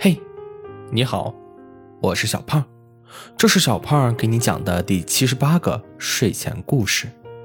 嘿，你好，我是小胖，这是小胖给你讲的第78个睡前故事。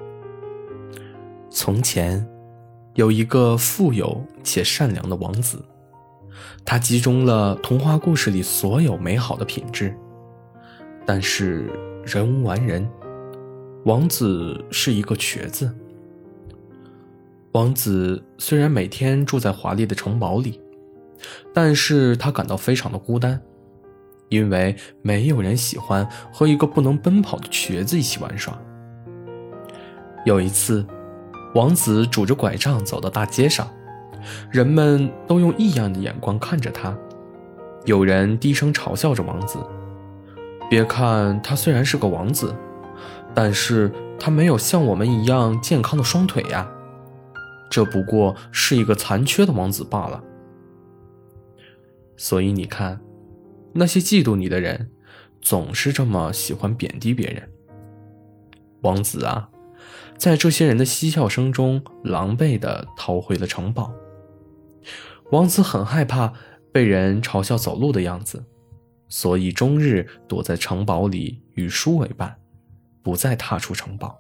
从前，有一个富有且善良的王子，他集中了童话故事里所有美好的品质，但是人无完人，王子是一个瘸子。王子虽然每天住在华丽的城堡里，但是他感到非常的孤单，因为没有人喜欢和一个不能奔跑的瘸子一起玩耍。有一次，王子拄着拐杖走到大街上，人们都用异样的眼光看着他，有人低声嘲笑着王子，别看他虽然是个王子，但是他没有像我们一样健康的双腿呀，这不过是一个残缺的王子罢了。所以你看，那些嫉妒你的人总是这么喜欢贬低别人。王子啊，在这些人的嬉笑声中狼狈地逃回了城堡。王子很害怕被人嘲笑走路的样子，所以终日躲在城堡里与书为伴，不再踏出城堡。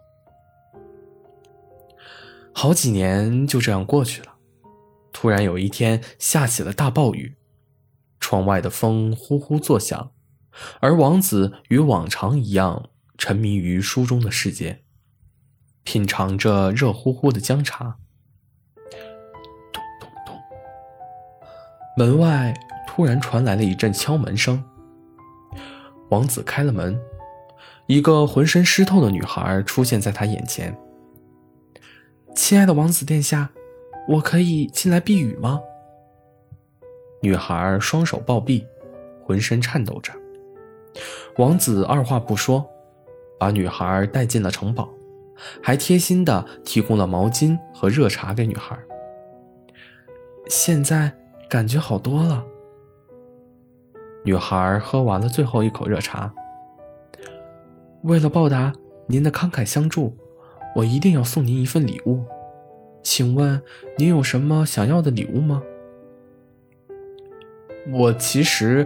好几年就这样过去了，突然有一天下起了大暴雨，窗外的风呼呼作响，而王子与往常一样沉迷于书中的世界，品尝着热乎乎的姜茶。咚咚咚，门外突然传来了一阵敲门声。王子开了门，一个浑身湿透的女孩出现在他眼前。亲爱的王子殿下，我可以进来避雨吗？女孩双手抱臂，浑身颤抖着。王子二话不说，把女孩带进了城堡，还贴心地提供了毛巾和热茶给女孩。现在感觉好多了。女孩喝完了最后一口热茶。为了报答您的慷慨相助，我一定要送您一份礼物。请问您有什么想要的礼物吗？我其实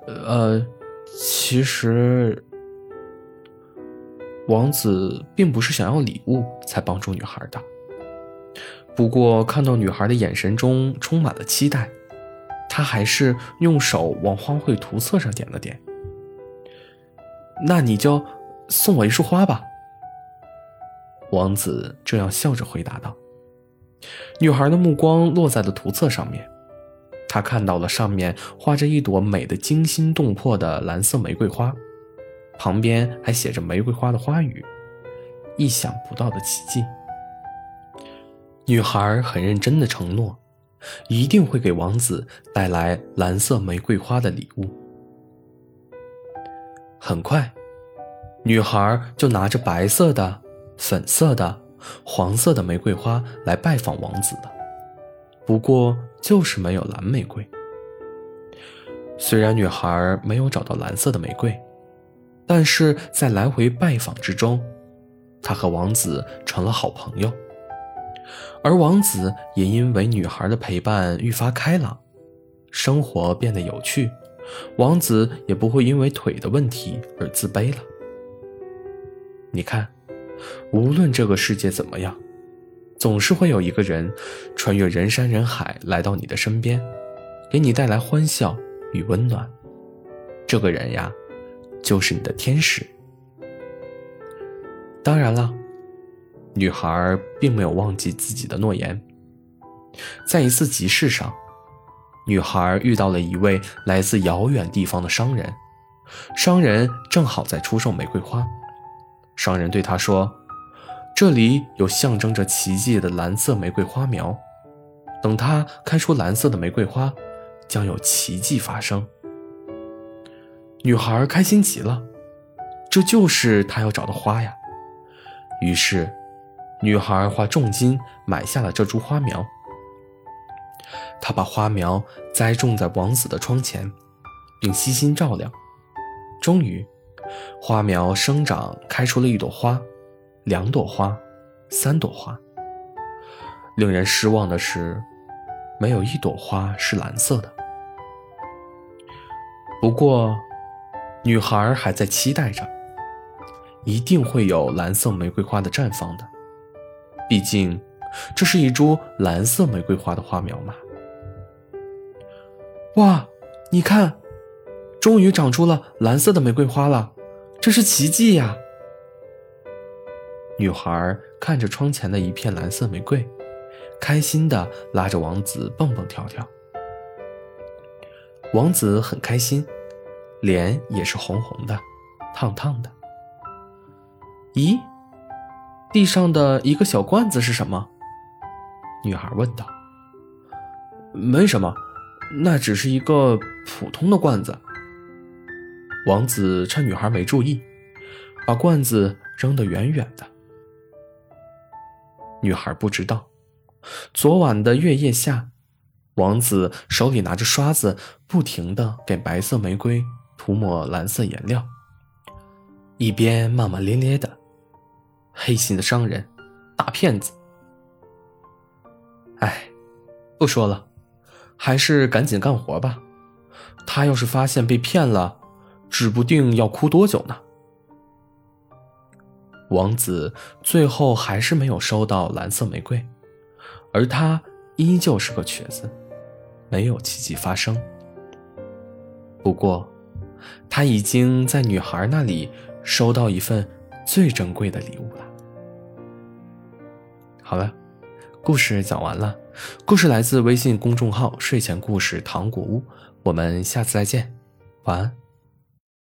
王子并不是想要礼物才帮助女孩的，不过看到女孩的眼神中充满了期待，他还是用手往花卉图册上点了点。那你就送我一束花吧。王子这样笑着回答道。女孩的目光落在了图册上面，她看到了上面画着一朵美得惊心动魄的蓝色玫瑰花，旁边还写着玫瑰花的花语，意想不到的奇迹。女孩很认真地承诺，一定会给王子带来蓝色玫瑰花的礼物。很快，女孩就拿着白色的、粉色的、黄色的玫瑰花来拜访王子了，不过就是没有蓝玫瑰。虽然女孩没有找到蓝色的玫瑰，但是在来回拜访之中，她和王子成了好朋友，而王子也因为女孩的陪伴愈发开朗，生活变得有趣，王子也不会因为腿的问题而自卑了。你看，无论这个世界怎么样，总是会有一个人穿越人山人海来到你的身边，给你带来欢笑与温暖。这个人呀，就是你的天使。当然了，女孩并没有忘记自己的诺言。在一次集市上，女孩遇到了一位来自遥远地方的商人，商人正好在出售玫瑰花。商人对她说，这里有象征着奇迹的蓝色玫瑰花苗，等它开出蓝色的玫瑰花，将有奇迹发生。女孩开心极了，这就是她要找的花呀。于是，女孩花重金买下了这株花苗。她把花苗栽种在王子的窗前，并悉心照料。终于，花苗生长开出了一朵花、2朵花、3朵花。令人失望的是，没有一朵花是蓝色的。 不过，女孩还在期待着，一定会有蓝色玫瑰花的绽放的，毕竟这是一株蓝色玫瑰花的花苗嘛。哇，你看，终于长出了蓝色的玫瑰花了，这是奇迹呀！女孩看着窗前的一片蓝色玫瑰，开心地拉着王子蹦蹦跳跳。王子很开心，脸也是红红的，烫烫的。咦，地上的一个小罐子是什么？女孩问道。没什么，那只是一个普通的罐子。王子趁女孩没注意，把罐子扔得远远的。女孩不知道，昨晚的月夜下，王子手里拿着刷子，不停地给白色玫瑰涂抹蓝色颜料，一边骂骂咧咧的：“黑心的商人，大骗子！”哎，不说了，还是赶紧干活吧。他要是发现被骗了，指不定要哭多久呢。王子最后还是没有收到蓝色玫瑰，而他依旧是个瘸子，没有奇迹发生。不过，他已经在女孩那里收到一份最珍贵的礼物了。好了，故事讲完了。故事来自微信公众号睡前故事糖果屋，我们下次再见，晚安。